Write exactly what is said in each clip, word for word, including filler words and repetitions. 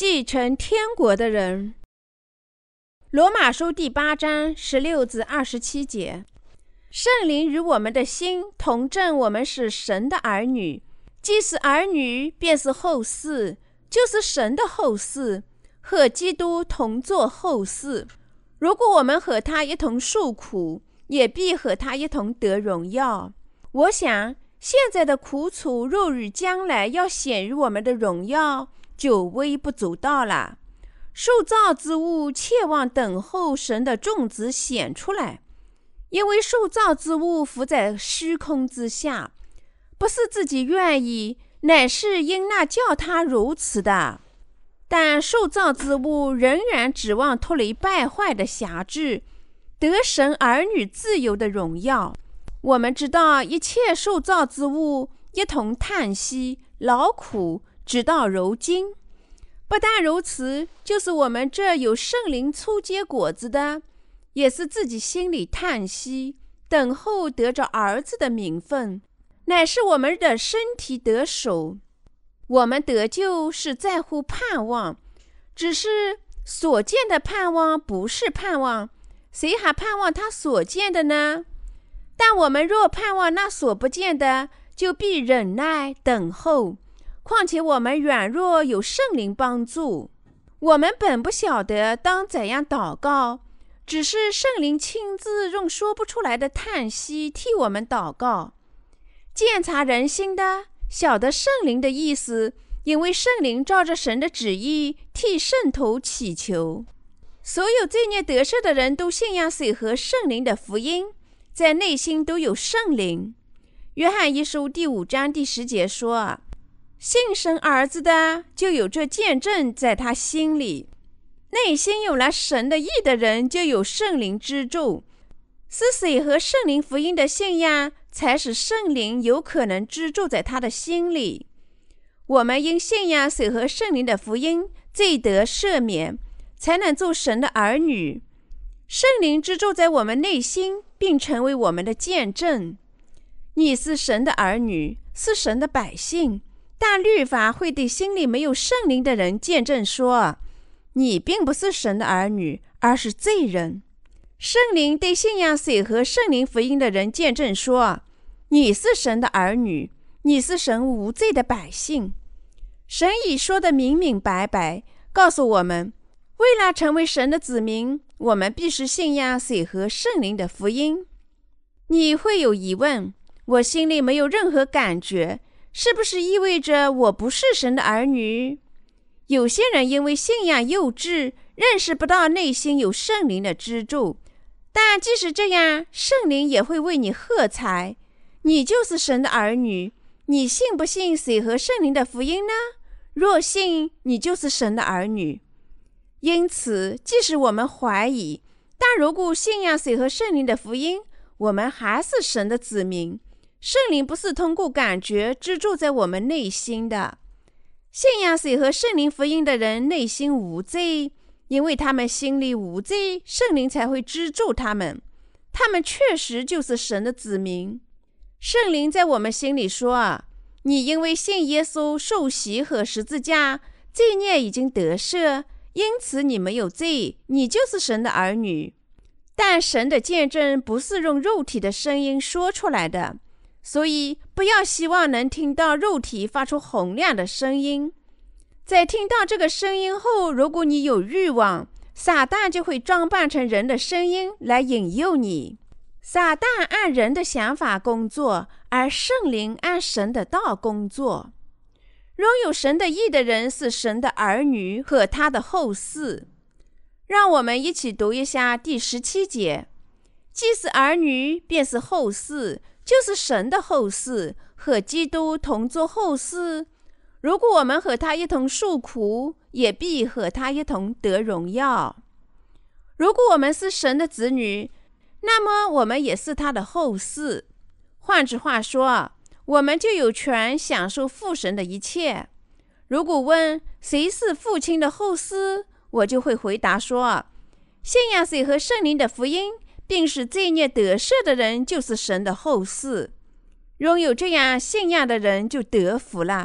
继承天国的人。罗马书第八章十六至二十七节，圣灵与我们的心同证，我们是神的儿女，既是儿女，便是后嗣，就是神的后嗣，和基督同作后嗣。如果我们和他一同受苦，也必和他一同得荣耀。我想现在的苦楚若与将来要显于我们的荣耀，就微不足道了。受造之物切望等候神的种子显出来，因为受造之物伏在虚空之下，不是自己愿意，乃是因那叫他如此的。但受造之物仍然指望脱离败坏的辖制，得神儿女自由的荣耀。我们知道一切受造之物一同叹息劳苦，直到如今。不但如此，就是我们这有圣灵初结果子的，也是自己心里叹息，等候得着儿子的名分，乃是我们的身体得手。我们得救是在乎盼望，只是所见的盼望不是盼望，谁还盼望他所见的呢？但我们若盼望那所不见的，就必忍耐等候。况且我们软弱，有圣灵帮助，我们本不晓得当怎样祷告，只是圣灵亲自用说不出来的叹息替我们祷告。鉴察人心的，晓得圣灵的意思，因为圣灵照着神的旨意替圣徒祈求。所有罪孽得赦的人都信仰水和圣灵的福音，在内心都有圣灵。约翰一书第五章第十节说，信神儿子的就有这见证在他心里，内心有了神的义的人就有圣灵之助。是水和圣灵福音的信仰才使圣灵有可能居住在他的心里。我们因信仰水和圣灵的福音，罪得赦免，才能做神的儿女。圣灵居住在我们内心，并成为我们的见证。你是神的儿女，是神的百姓，但律法会对心里没有圣灵的人见证说，你并不是神的儿女，而是罪人。圣灵对信仰水和圣灵福音的人见证说，你是神的儿女，你是神无罪的百姓。神已说得明明白白，告诉我们，为了成为神的子民，我们必须信仰水和圣灵的福音。你会有疑问，我心里没有任何感觉，是不是意味着我不是神的儿女？有些人因为信仰幼稚，认识不到内心有圣灵的支柱，但即使这样，圣灵也会为你喝彩。你就是神的儿女，你信不信水和圣灵的福音呢？若信，你就是神的儿女。因此，即使我们怀疑，但如果信仰水和圣灵的福音，我们还是神的子民。圣灵不是通过感觉居住在我们内心的。信仰水和圣灵福音的人内心无罪，因为他们心里无罪，圣灵才会居住他们。他们确实就是神的子民。圣灵在我们心里说啊，你因为信耶稣受洗和十字架，罪孽已经得赦，因此你没有罪，你就是神的儿女。但神的见证不是用肉体的声音说出来的，所以不要希望能听到肉体发出洪亮的声音。在听到这个声音后，如果你有欲望，撒旦就会装扮成人的声音来引诱你。撒旦按人的想法工作，而圣灵按神的道工作。拥有神的义的人是神的儿女和他的后嗣。让我们一起读一下第十七节，既是儿女，便是后嗣，就是神的后嗣，和基督同作后嗣。如果我们和他一同受苦，也必和他一同得荣耀。如果我们是神的子女，那么我们也是他的后嗣。换句话说，我们就有权享受父神的一切。如果问谁是父亲的后嗣，我就会回答说，信仰水和圣灵的福音，并使罪孽得赦的人就是神的后嗣。拥有这样信仰的人就得福了，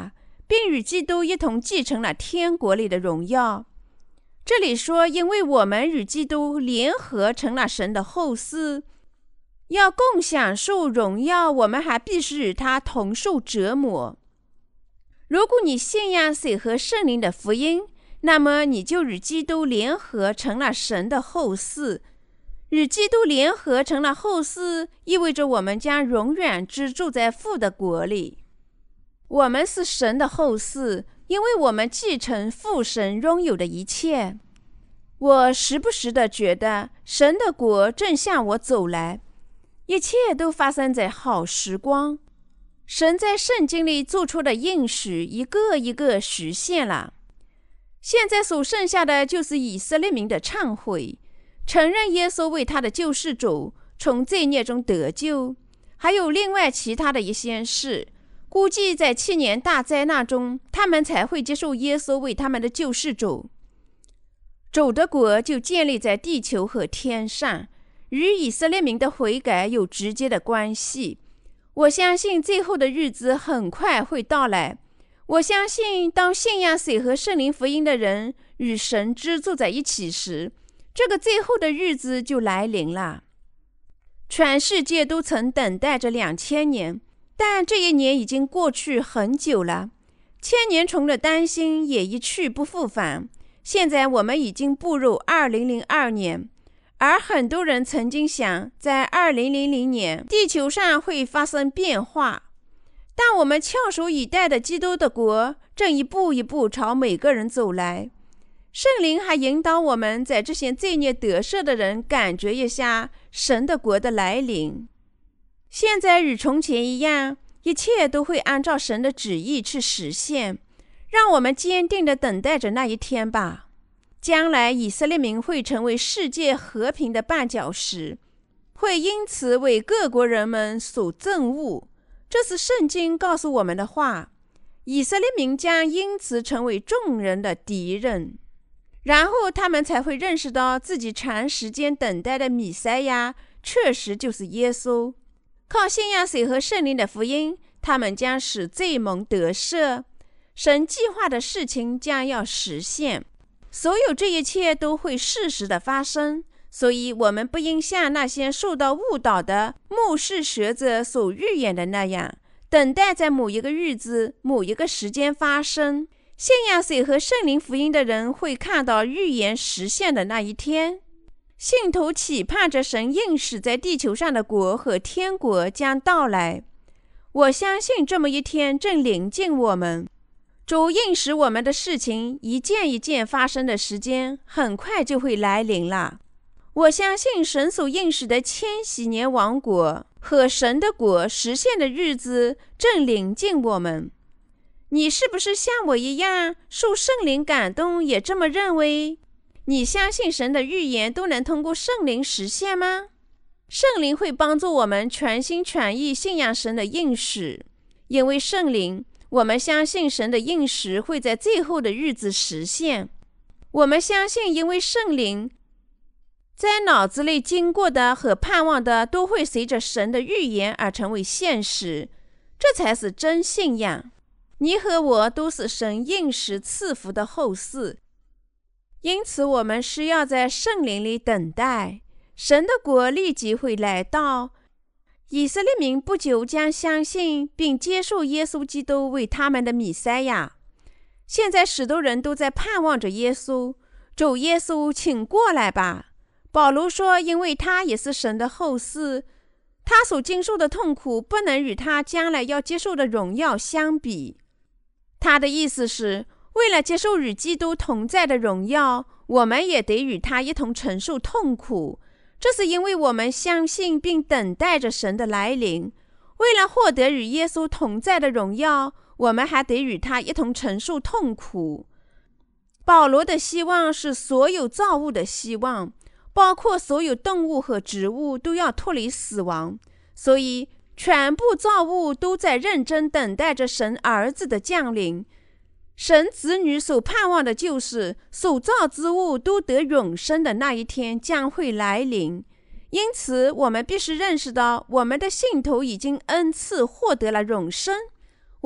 并与基督一同继承了天国里的荣耀。这里说，因为我们与基督联合成了神的后嗣，要共享受荣耀，我们还必须与他同受折磨。如果你信仰水和圣灵的福音，那么你就与基督联合成了神的后嗣。与基督联合成了后嗣，意味着我们将永远居住在父的国里。我们是神的后嗣，因为我们继承父神拥有的一切。我时不时地觉得神的国正向我走来，一切都发生在好时光。神在圣经里做出的应许一个一个实现了。现在所剩下的就是以色列民的忏悔，承认耶稣为他的救世主，从罪孽中得救，还有另外其他的一些事。估计在七年大灾难中，他们才会接受耶稣为他们的救世主。主的国就建立在地球和天上，与以色列民的悔改有直接的关系。我相信最后的日子很快会到来。我相信当信仰水和圣灵福音的人与神居住在一起时，这个最后的日子就来临了。全世界都曾等待着两千年，但这一年已经过去很久了。千年虫的担心也一去不复返。现在我们已经步入二零零二年，而很多人曾经想，在二零零零年地球上会发生变化。但我们翘首以待的基督的国正一步一步朝每个人走来。圣灵还引导我们在这些罪孽得赦的人感觉一下神的国的来临。现在与从前一样，一切都会按照神的旨意去实现。让我们坚定地等待着那一天吧。将来以色列民会成为世界和平的绊脚石，会因此为各国人们所憎恶。这是圣经告诉我们的话。以色列民将因此成为众人的敌人，然后他们才会认识到自己长时间等待的弥赛亚确实就是耶稣。靠信仰水和圣灵的福音，他们将使罪蒙得赦。神计划的事情将要实现，所有这一切都会适时的发生。所以我们不应像那些受到误导的末世学者所预言的那样，等待在某一个日子、某一个时间发生。信仰水和圣灵福音的人会看到预言实现的那一天。信徒期盼着神应许在地球上的国和天国将到来。我相信这么一天正临近我们。主应许我们的事情一件一件发生的时间很快就会来临了。我相信神所应许的千禧年王国和神的国实现的日子正临近我们。你是不是像我一样受圣灵感动，也这么认为？你相信神的预言都能通过圣灵实现吗？圣灵会帮助我们全心全意信仰神的应许，因为圣灵，我们相信神的应许会在最后的日子实现。我们相信，因为圣灵在脑子里经过的和盼望的都会随着神的预言而成为现实，这才是真信仰。你和我都是神应许赐福的后嗣，因此我们是要在圣灵里等待，神的国立即会来到。以色列民不久将相信并接受耶稣基督为他们的弥赛亚。现在许多人都在盼望着耶稣，主耶稣，请过来吧。保罗说，因为他也是神的后嗣，他所经受的痛苦不能与他将来要接受的荣耀相比。他的意思是，为了接受与基督同在的荣耀，我们也得与他一同承受痛苦。这是因为我们相信并等待着神的来临。为了获得与耶稣同在的荣耀，我们还得与他一同承受痛苦。保罗的希望是所有造物的希望，包括所有动物和植物都要脱离死亡，所以全部造物都在认真等待着神儿子的降临。神子女所盼望的就是所造之物都得永生的那一天将会来临。因此我们必须认识到，我们的信徒已经恩赐获得了永生。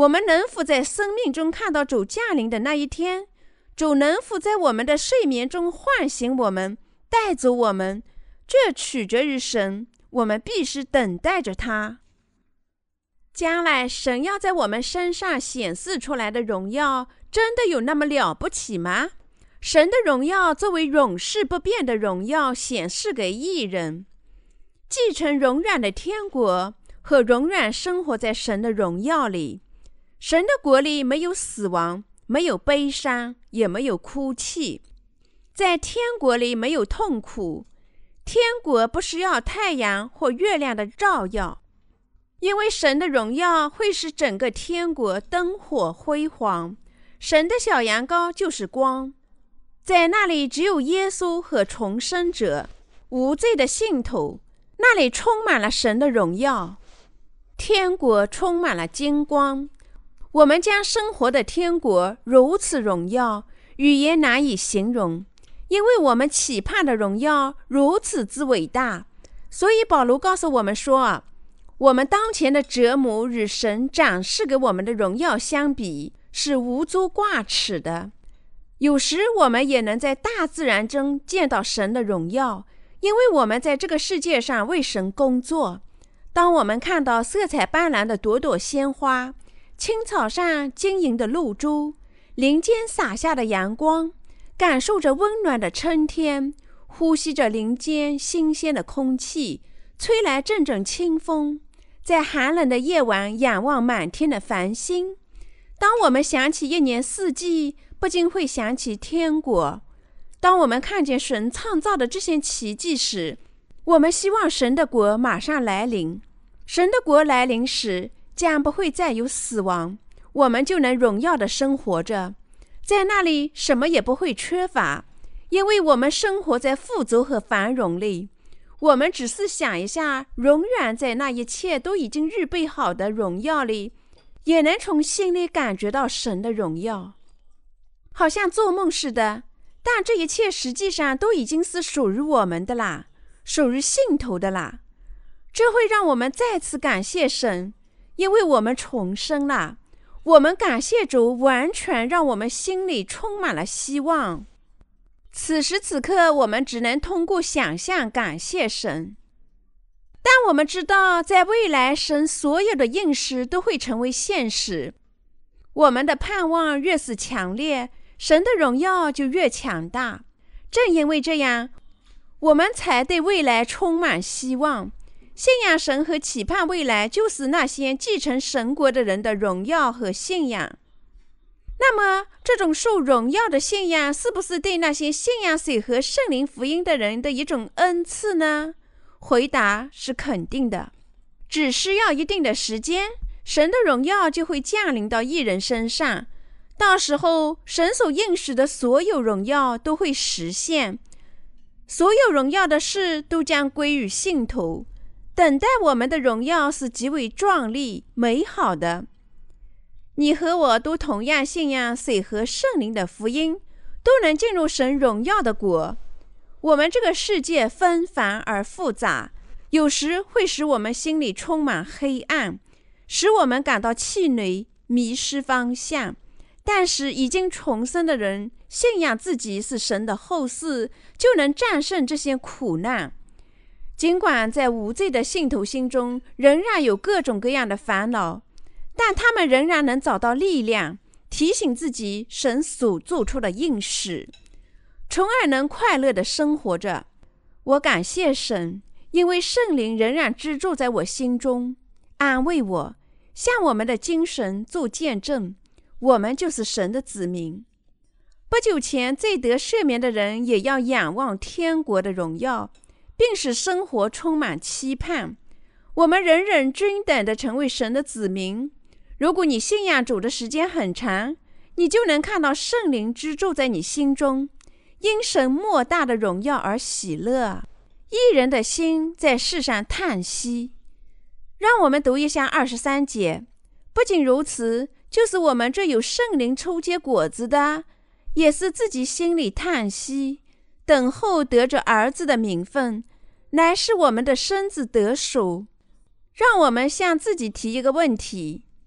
我们能否在生命中看到主降临的那一天？主能否在我们的睡眠中唤醒我们，带走我们？这取决于神，我们必须等待着他。将来神要在我们身上显示出来的荣耀，真的有那么了不起吗？神的荣耀作为永世不变的荣耀显示给义人，继承永远的天国和永远生活在神的荣耀里。神的国里没有死亡，没有悲伤，也没有哭泣。在天国里没有痛苦，天国不需要太阳或月亮的照耀，因为神的荣耀会使整个天国灯火辉煌。神的小羊羔就是光，在那里只有耶稣和重生者，无罪的信徒，那里充满了神的荣耀。天国充满了金光，我们将生活的天国如此荣耀，语言难以形容，因为我们期盼的荣耀如此之伟大。所以保罗告诉我们说，我们当前的折磨与神展示给我们的荣耀相比，是无足挂齿的。有时我们也能在大自然中见到神的荣耀，因为我们在这个世界上为神工作。当我们看到色彩斑斓的朵朵鲜花，青草上晶莹的露珠，林间洒下的阳光，感受着温暖的春天，呼吸着林间新鲜的空气，吹来阵阵清风，在寒冷的夜晚仰望满天的繁星。当我们想起一年四季，不禁会想起天国。当我们看见神创造的这些奇迹时，我们希望神的国马上来临。神的国来临时，将不会再有死亡，我们就能荣耀地生活着。在那里什么也不会缺乏，因为我们生活在富足和繁荣里。我们只是想一下，永远在那一切都已经预备好的荣耀里，也能从心里感觉到神的荣耀，好像做梦似的。但这一切实际上都已经是属于我们的啦，属于信徒的啦。这会让我们再次感谢神，因为我们重生了。我们感谢主，完全让我们心里充满了希望。此时此刻，我们只能通过想象感谢神。但我们知道，在未来，神所有的应许都会成为现实。我们的盼望越是强烈，神的荣耀就越强大。正因为这样，我们才对未来充满希望。信仰神和期盼未来，就是那些继承神国的人的荣耀和信仰。那么，这种受荣耀的信仰，是不是对那些信仰水和圣灵福音的人的一种恩赐呢？回答是肯定的。只需要一定的时间，神的荣耀就会降临到义人身上。到时候，神所应许的所有荣耀都会实现，所有荣耀的事都将归于信徒。等待我们的荣耀是极为壮丽美好的。你和我都同样信仰水和圣灵的福音，都能进入神荣耀的国。我们这个世界纷繁而复杂，有时会使我们心里充满黑暗，使我们感到气馁，迷失方向。但是已经重生的人，信仰自己是神的后嗣，就能战胜这些苦难。尽管在无罪的信徒心中仍然有各种各样的烦恼，但他们仍然能找到力量，提醒自己神所做出的应许，从而能快乐地生活着。我感谢神，因为圣灵仍然居住在我心中，安慰我，向我们的精神做见证，我们就是神的子民。不久前，罪得赦免的人也要仰望天国的荣耀，并使生活充满期盼。我们人人均等地成为神的子民。如果你信仰主的时间很长，你就能看到圣灵居住在你心中，因神莫大的荣耀而喜乐。义人的心在世上叹息。让我们读一下二十三节。不仅如此，就是我们这有圣灵抽结果子的，也是自己心里叹息，等候得着儿子的名分，乃是我们的身子得赎。让我们向自己提一个问题：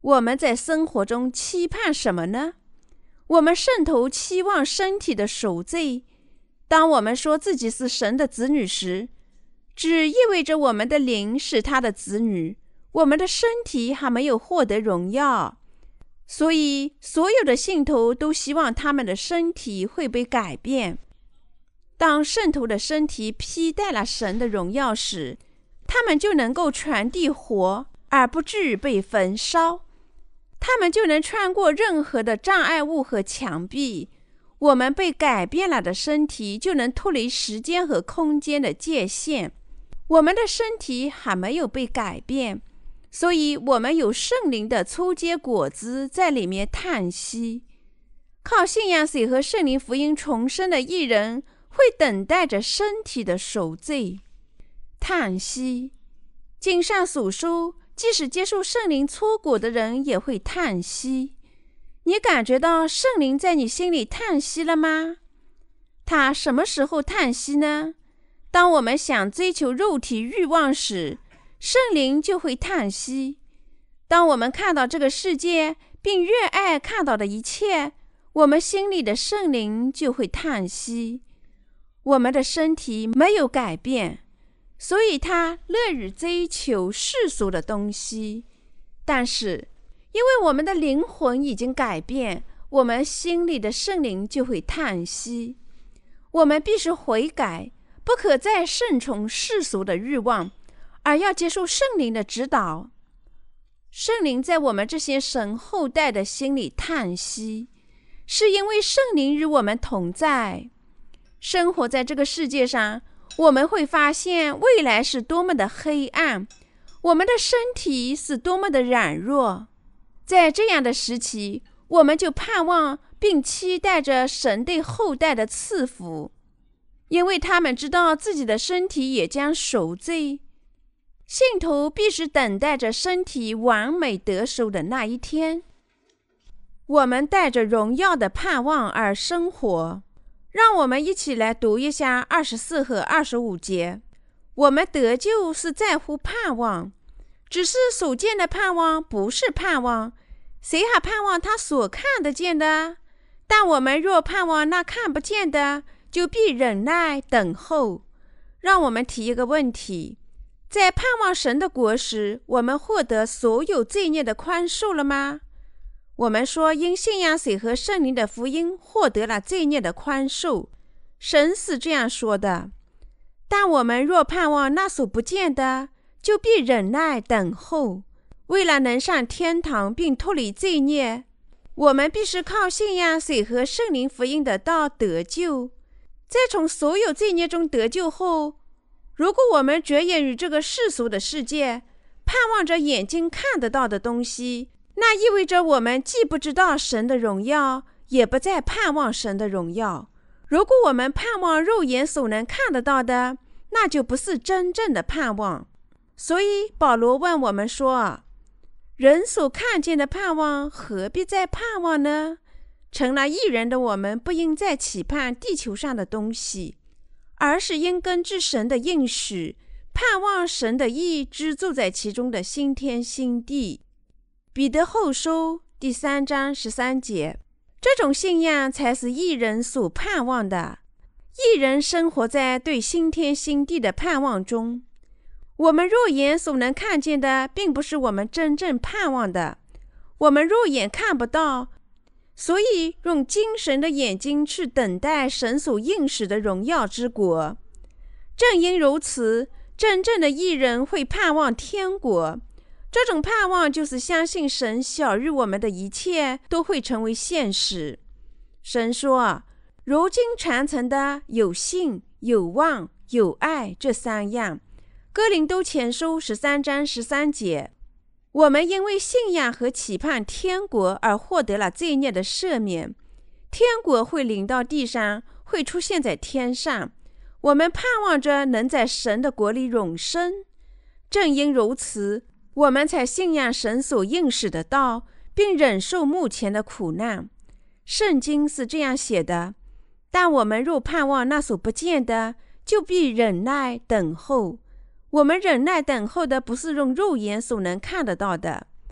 我们在生活中期盼什么呢？我们圣徒期望身体的赎罪。当我们说自己是神的子女时，只意味着我们的灵是他的子女，我们的身体还没有获得荣耀。所以所有的信徒都希望他们的身体会被改变。当圣徒的身体披戴了神的荣耀时，他们就能够传递火，而不至于被焚烧。他们就能穿过任何的障碍物和墙壁。我们被改变了的身体就能脱离时间和空间的界限。我们的身体还没有被改变，所以我们有圣灵的初结果子在里面叹息。靠信仰水和圣灵福音重生的义人会等待着身体的赎罪。叹息。经上所说，即使接受圣灵初果的人也会叹息。你感觉到圣灵在你心里叹息了吗？他什么时候叹息呢？当我们想追求肉体欲望时，圣灵就会叹息。当我们看到这个世界并热爱看到的一切，我们心里的圣灵就会叹息。我们的身体没有改变，所以他乐于追求世俗的东西。但是因为我们的灵魂已经改变，我们心里的圣灵就会叹息。我们必须悔改，不可再顺从世俗的欲望，而要接受圣灵的指导。圣灵在我们这些神后代的心里叹息，是因为圣灵与我们同在。生活在这个世界上，我们会发现未来是多么的黑暗，我们的身体是多么的软弱。在这样的时期，我们就盼望并期待着神对后代的赐福，因为他们知道自己的身体也将赎罪。信徒必须等待着身体完美得赎的那一天。我们带着荣耀的盼望而生活。让我们一起来读一下二十四和二十五节。我们得救是在乎盼望，只是所见的盼望不是盼望，谁还盼望他所看得见的？但我们若盼望那看不见的，就必忍耐等候。让我们提一个问题，在盼望神的国时，我们获得所有罪孽的宽恕了吗？我们说因信仰水和圣灵的福音获得了罪孽的宽恕，神是这样说的。但我们若盼望那所不见的，就必忍耐等候。为了能上天堂并脱离罪孽，我们必须靠信仰水和圣灵福音的道得救。在从所有罪孽中得救后，如果我们着眼于这个世俗的世界，盼望着眼睛看得到的东西，那意味着我们既不知道神的荣耀，也不再盼望神的荣耀。如果我们盼望肉眼所能看得到的，那就不是真正的盼望。所以保罗问我们说，人所看见的盼望，何必再盼望呢？成了义人的我们，不应再期盼地球上的东西，而是应根据神的应许，盼望神的义居住在其中的新天新地。彼得后书第三章十三节，这种信仰才是义人所盼望的。义人生活在对新天新地的盼望中。我们肉眼所能看见的，并不是我们真正盼望的。我们肉眼看不到，所以用精神的眼睛去等待神所应许的荣耀之国。正因如此，真正的义人会盼望天国。这种盼望就是相信神晓谕我们的一切都会成为现实。神说，如今传承的有信、有望、有爱这三样。哥林多前书十三章十三节。我们因为信仰和期盼天国而获得了罪孽的赦免。天国会临到地上，会出现在天上。我们盼望着能在神的国里永生。正因如此，我们才信仰神所应许的道，并忍受目前的苦难。圣经是这样写的，但我们若盼望那所不见的，就必忍耐等候。我们忍耐等候的不是用肉眼所能看得到的。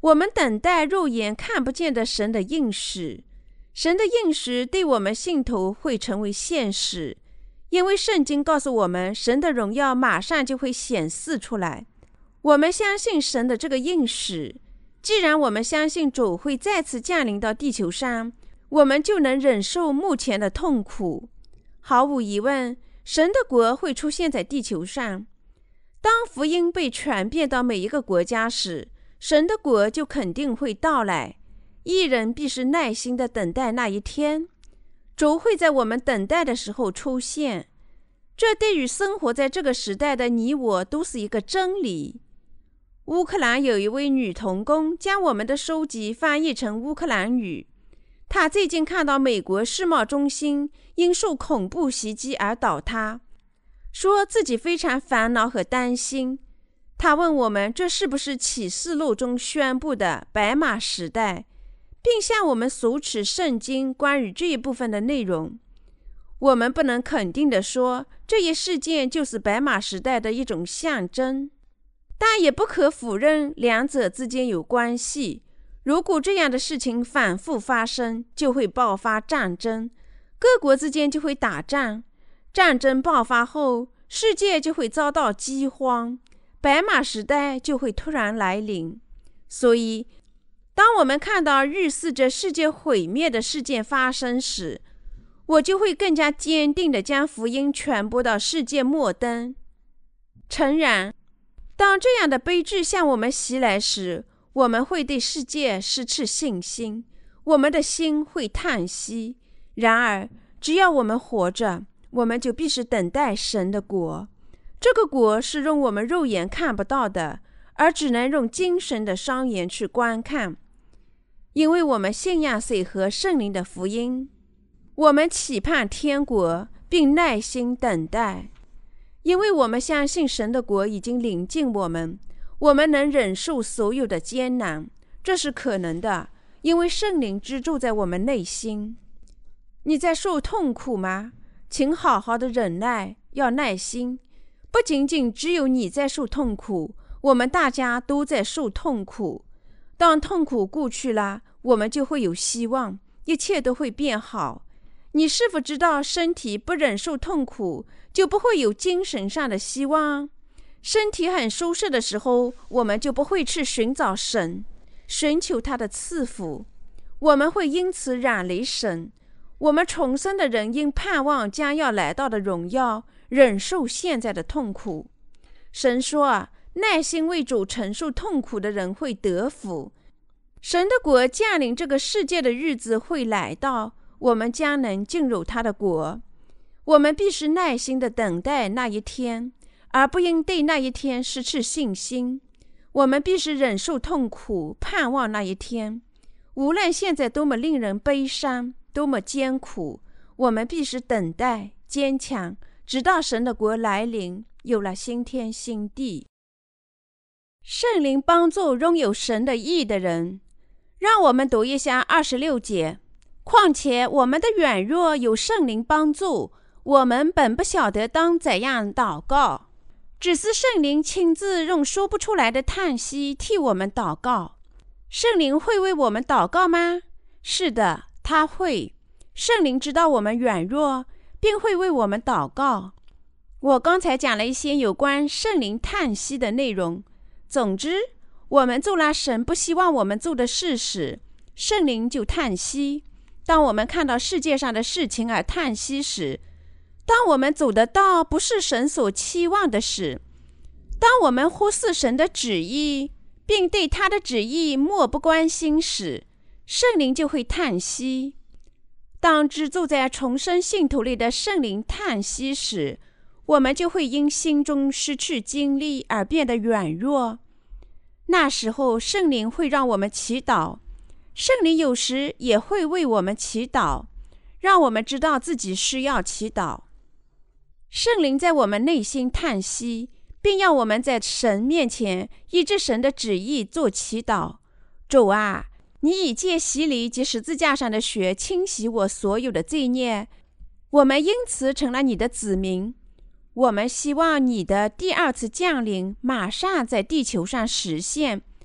我们等待肉眼看不见的神的应许，神的应许对我们信徒会成为现实，因为圣经告诉我们，神的荣耀马上就会显示出来。我们相信神的这个应许，既然我们相信主会再次降临到地球上，我们就能忍受目前的痛苦。毫无疑问，神的国会出现在地球上。当福音被传遍到每一个国家时，神的国就肯定会到来。义人必是耐心地等待那一天，主会在我们等待的时候出现。这对于生活在这个时代的你我都是一个真理。乌克兰有一位女童工将我们的书籍翻译成乌克兰语。她最近看到美国世贸中心因受恐怖袭击而倒塌，说自己非常烦恼和担心。他问我们，这是不是启示录中宣布的白马时代，并向我们索取圣经关于这一部分的内容。我们不能肯定地说，这一事件就是白马时代的一种象征，但也不可否认两者之间有关系。如果这样的事情反复发生，就会爆发战争，各国之间就会打仗。战争爆发后，世界就会遭到饥荒，白马时代就会突然来临。所以，当我们看到预示着世界毁灭的事件发生时，我就会更加坚定地将福音传播到世界末端。诚然，当这样的悲剧向我们袭来时，我们会对世界失去信心，我们的心会叹息。然而，只要我们活着，我们就必须等待神的国。这个国是用我们肉眼看不到的，而只能用精神的双眼去观看。因为我们信仰水和圣灵的福音，我们期盼天国，并耐心等待。因为我们相信神的国已经临近我们，我们能忍受所有的艰难，这是可能的，因为圣灵居住在我们内心。你在受痛苦吗？请好好的忍耐，要耐心。不仅仅只有你在受痛苦，我们大家都在受痛苦。当痛苦过去了，我们就会有希望，一切都会变好。你是否知道，身体不忍受痛苦，就不会有精神上的希望？身体很舒适的时候，我们就不会去寻找神，寻求他的赐福。我们会因此远离神。我们重生的人因盼望将要来到的荣耀，忍受现在的痛苦。神说啊，耐心为主承受痛苦的人会得福。神的国降临这个世界的日子会来到，我们将能进入他的国。我们必须耐心地等待那一天，而不应对那一天失去信心。我们必须忍受痛苦，盼望那一天。无论现在多么令人悲伤，多么艰苦，我们必须等待，坚强，直到神的国来临，有了新天新地。圣灵帮助拥有神的义的人。让我们读一下二十六节。况且我们的软弱有圣灵帮助，我们本不晓得当怎样祷告，只是圣灵亲自用说不出来的叹息替我们祷告。圣灵会为我们祷告吗？是的，他会。圣灵知道我们软弱，并会为我们祷告。我刚才讲了一些有关圣灵叹息的内容。总之，我们做了神不希望我们做的事时，圣灵就叹息。当我们看到世界上的事情而叹息时，当我们走的道不是神所期望的事，当我们忽视神的旨意，并对他的旨意漠不关心时，圣灵就会叹息。当居住在重生信徒里的圣灵叹息时，我们就会因心中失去精力而变得软弱。那时候，圣灵会让我们祈祷，圣灵有时也会为我们祈祷，让我们知道自己需要祈祷。圣灵在我们内心叹息，并要我们在神面前依着神的旨意做祈祷。主啊，你以借洗礼及十字架上的血清洗我所有的罪孽，我们因此成了你的子民。我们希望你的第二次降临马上在地球上实现。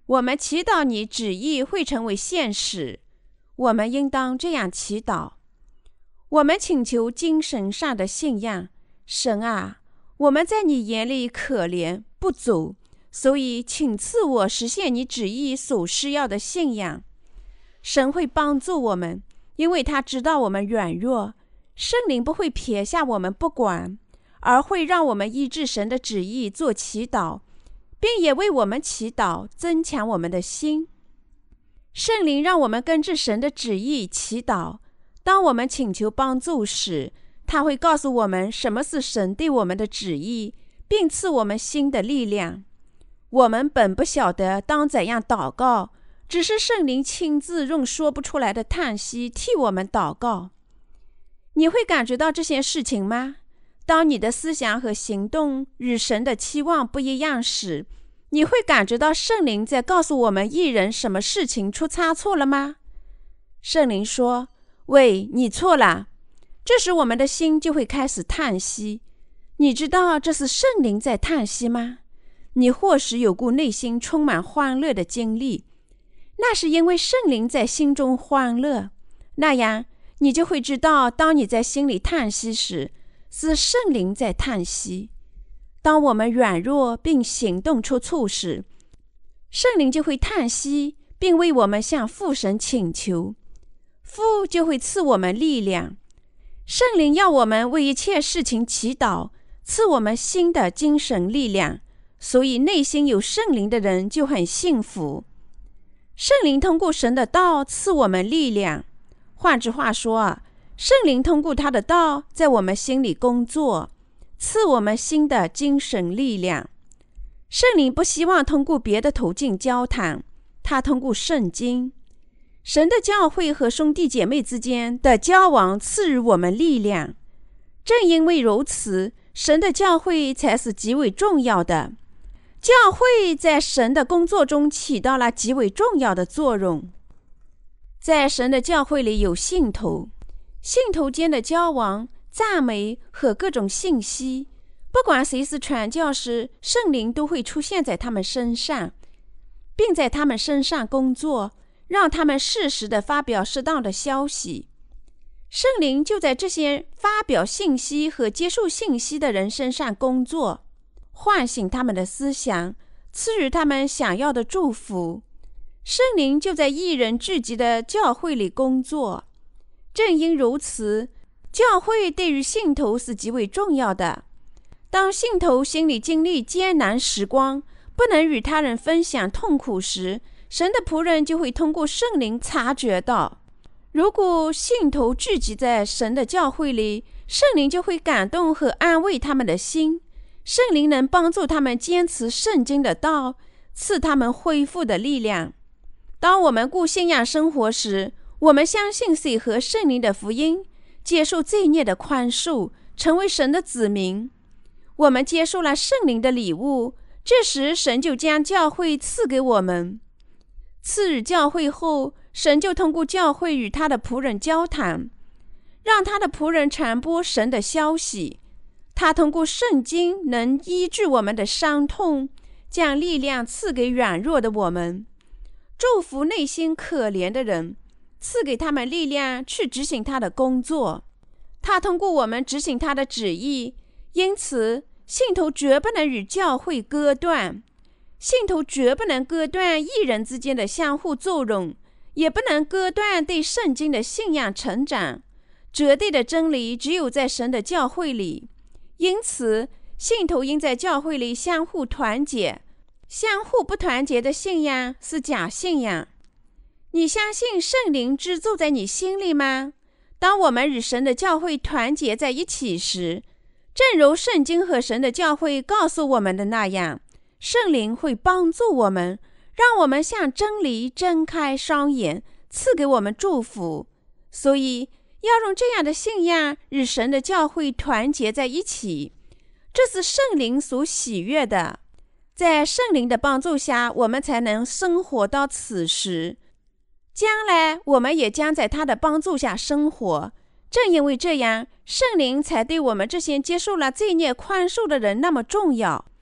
我们祈祷你旨意会成为现实。我们应当这样祈祷：我们请求精神上的信仰。神啊，我们在你眼里可怜不足，所以请赐我实现你旨意所需要的信仰。神会帮助我们，因为他知道我们软弱。圣灵不会撇下我们不管，而会让我们依据神的旨意做祈祷，并也为我们祈祷，增强我们的心。圣灵让我们根据神的旨意祈祷。当我们请求帮助时，他会告诉我们什么是神对我们的旨意，并赐我们新的力量。我们本不晓得当怎样祷告，只是圣灵亲自用说不出来的叹息替我们祷告。你会感觉到这些事情吗？当你的思想和行动与神的期望不一样时，你会感觉到圣灵在告诉我们一人什么事情出差错了吗？圣灵说：喂，你错了。这时我们的心就会开始叹息。你知道这是圣灵在叹息吗？你或许有过内心充满欢乐的经历，那是因为圣灵在心中欢乐。那样你就会知道，当你在心里叹息时，是圣灵在叹息。当我们软弱并行动出错时，圣灵就会叹息，并为我们向父神请求，父就会赐我们力量。圣灵要我们为一切事情祈祷，赐我们新的精神力量，所以内心有圣灵的人就很幸福。圣灵通过神的道赐我们力量。换句话说，圣灵通过他的道在我们心里工作，赐我们新的精神力量。圣灵不希望通过别的途径交谈，他通过圣经。神的教会和兄弟姐妹之间的交往赐予我们力量。正因为如此，神的教会才是极为重要的。教会在神的工作中起到了极为重要的作用。在神的教会里有信徒，信徒间的交往、赞美和各种信息，不管谁是传教士，圣灵都会出现在他们身上，并在他们身上工作，让他们适时地发表适当的消息。圣灵就在这些发表信息和接受信息的人身上工作，唤醒他们的思想，赐予他们想要的祝福。圣灵就在一人聚集的教会里工作。正因如此，教会对于信徒是极为重要的。当信徒心里经历艰难时光，不能与他人分享痛苦时，神的仆人就会通过圣灵察觉到。如果信徒聚集在神的教会里，圣灵就会感动和安慰他们的心。圣灵能帮助他们坚持圣经的道，赐他们恢复的力量。当我们过信仰生活时，我们相信水和圣灵的福音，接受罪孽的宽恕，成为神的子民。我们接受了圣灵的礼物，这时神就将教会赐给我们。赐予教会后，神就通过教会与他的仆人交谈，让他的仆人传播神的消息。他通过圣经能医治我们的伤痛，将力量赐给软弱的我们，祝福内心可怜的人，赐给他们力量去执行他的工作。他通过我们执行他的旨意，因此信徒绝不能与教会割断。信徒绝不能割断一人之间的相互作用，也不能割断对圣经的信仰成长。绝对的真理只有在神的教会里，因此信徒应在教会里相互团结。相互不团结的信仰是假信仰。你相信圣灵居住在你心里吗？当我们与神的教会团结在一起时，正如圣经和神的教会告诉我们的那样，圣灵会帮助我们，让我们向真理睁开双眼，赐给我们祝福。所以要用这样的信仰与神的教会团结在一起，这是圣灵所喜悦的。在圣灵的帮助下，我们才能生活到此时。将来我们也将在他的帮助下生活。正因为这样，圣灵才对我们这些接受了罪孽宽恕的人那么重要。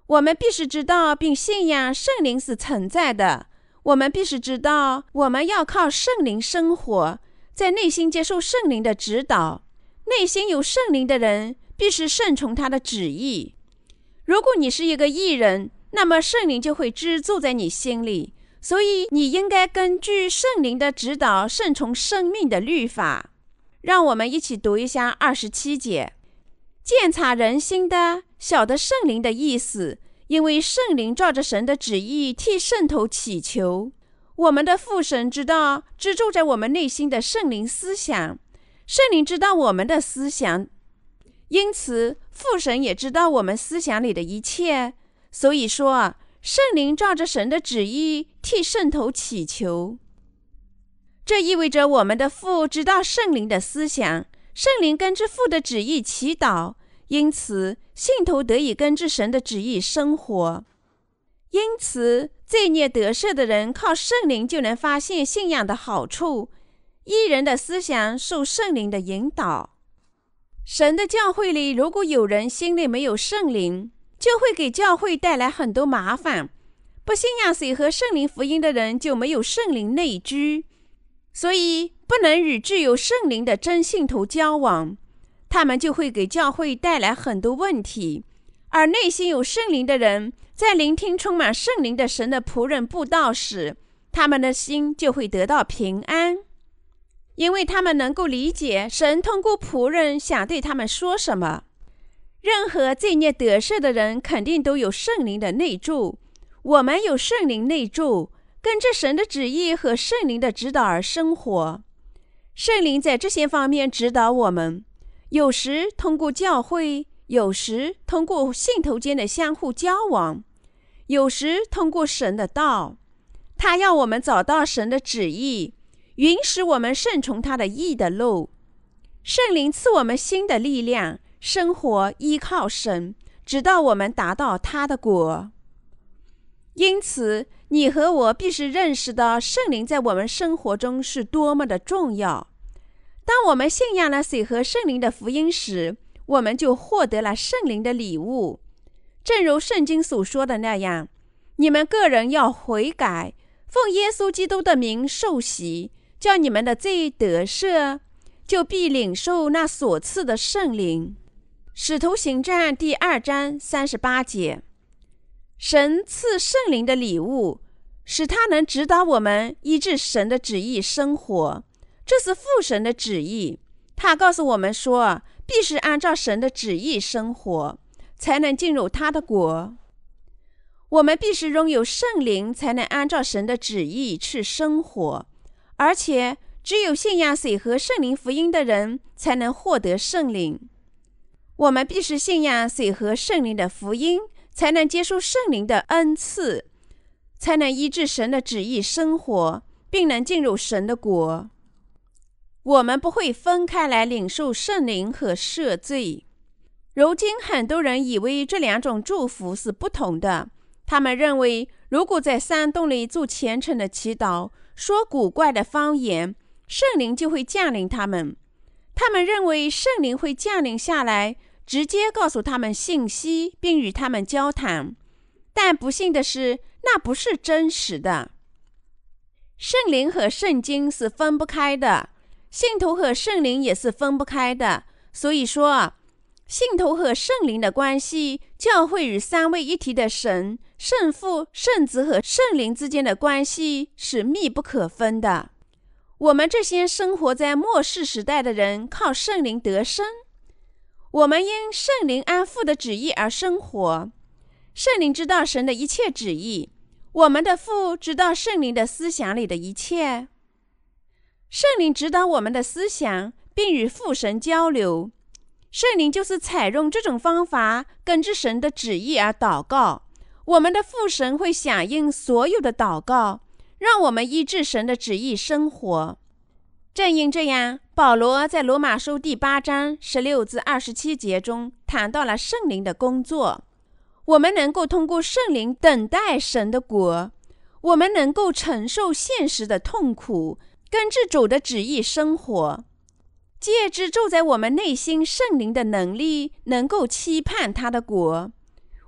我们必须知道并信仰圣灵是存在的。我们必须知道，我们要靠圣灵生活，在内心接受圣灵的指导。内心有圣灵的人必须顺从他的旨意。如果你是一个义人，那么圣灵就会居住在你心里，所以你应该根据圣灵的指导顺从生命的律法。让我们一起读一下二十七节。鉴察人心的，晓得圣灵的意思，因为圣灵照着神的旨意替圣徒祈求。我们的父神知道居住在我们内心的圣灵思想，圣灵知道我们的思想，因此父神也知道我们思想里的一切。所以说，圣灵照着神的旨意替圣徒祈求。这意味着我们的父知道圣灵的思想，圣灵根据父的旨意祈祷，因此信徒得以根据神的旨意生活。因此罪孽得赦的人靠圣灵就能发现信仰的好处，义人的思想受圣灵的引导。神的教会里，如果有人心里没有圣灵，就会给教会带来很多麻烦。不信仰水和圣灵福音的人就没有圣灵内居，所以不能与具有圣灵的真信徒交往，他们就会给教会带来很多问题。而内心有圣灵的人，在聆听充满圣灵的神的仆人布道时，他们的心就会得到平安，因为他们能够理解神通过仆人想对他们说什么。任何罪孽得赦的人肯定都有圣灵的内住，我们有圣灵内住，跟着神的旨意和圣灵的指导而生活。圣灵在这些方面指导我们，有时通过教会，有时通过信徒间的相互交往，有时通过神的道。他要我们找到神的旨意，允许我们顺从他的义的路。圣灵赐我们新的力量，生活依靠神，直到我们达到他的国。因此，你和我必须认识到圣灵在我们生活中是多么的重要。当我们信仰了水和圣灵的福音时，我们就获得了圣灵的礼物。正如圣经所说的那样，你们个人要悔改，奉耶稣基督的名受洗，叫你们的罪得赦，就必领受那所赐的圣灵。使徒行传第二章三十八节。神赐圣灵的礼物，使他能指导我们依照神的旨意生活，这是父神的旨意。他告诉我们说，必须按照神的旨意生活，才能进入他的国。我们必须拥有圣灵，才能按照神的旨意去生活，而且只有信仰水和圣灵福音的人才能获得圣灵。我们必须信仰水和圣灵的福音，才能接受圣灵的恩赐，才能依照神的旨意生活，并能进入神的国。我们不会分开来领受圣灵和赦罪。如今很多人以为这两种祝福是不同的，他们认为如果在山洞里做虔诚的祈祷，说古怪的方言，圣灵就会降临他们。他们认为圣灵会降临下来，直接告诉他们信息，并与他们交谈。但不幸的是，那不是真实的。圣灵和圣经是分不开的，信徒和圣灵也是分不开的。所以说，信徒和圣灵的关系，教会与三位一体的神、圣父、圣子和圣灵之间的关系是密不可分的。我们这些生活在末世时代的人，靠圣灵得生。我们因圣灵按父的旨意而生活。圣灵知道神的一切旨意，我们的父知道圣灵的思想里的一切。圣灵指导我们的思想，并与父神交流。圣灵就是采用这种方法，根据神的旨意而祷告。我们的父神会响应所有的祷告，让我们依照神的旨意生活。正因这样，保罗在罗马书第八章十六至二十七节中谈到了圣灵的工作。我们能够通过圣灵等待神的国，我们能够承受现实的痛苦，根据主的旨意生活。借着住在我们内心圣灵的能力，能够期盼他的国。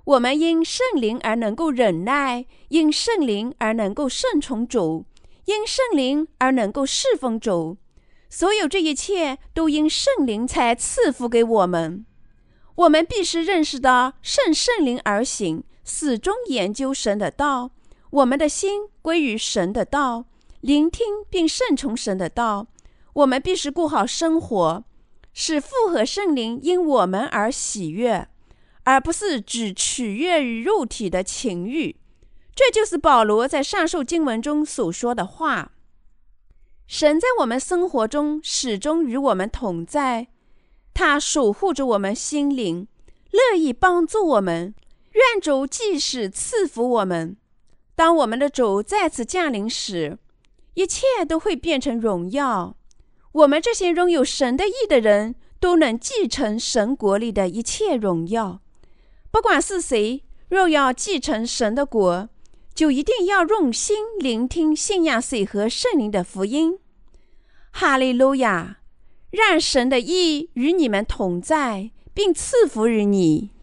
我们因圣灵而能够忍耐，因圣灵而能够顺从主，因圣灵而能够侍奉主。所有这一切都因圣灵才赐福给我们。我们必须认识到圣圣灵而行，始终研究神的道，我们的心归于神的道，聆听并顺从神的道。我们必须过好生活，使父和圣灵因我们而喜悦，而不是只取悦于肉体的情欲。这就是保罗在上述经文中所说的话。神在我们生活中始终与我们同在，他守护着我们心灵，乐意帮助我们。愿主即使赐福我们。当我们的主再次降临时，一切都会变成荣耀。我们这些拥有神的义的人都能继承神国里的一切荣耀。不管是谁，若要继承神的国，就一定要用心聆听信仰水和圣灵的福音。哈利路亚！让神的义与你们同在，并赐福于你。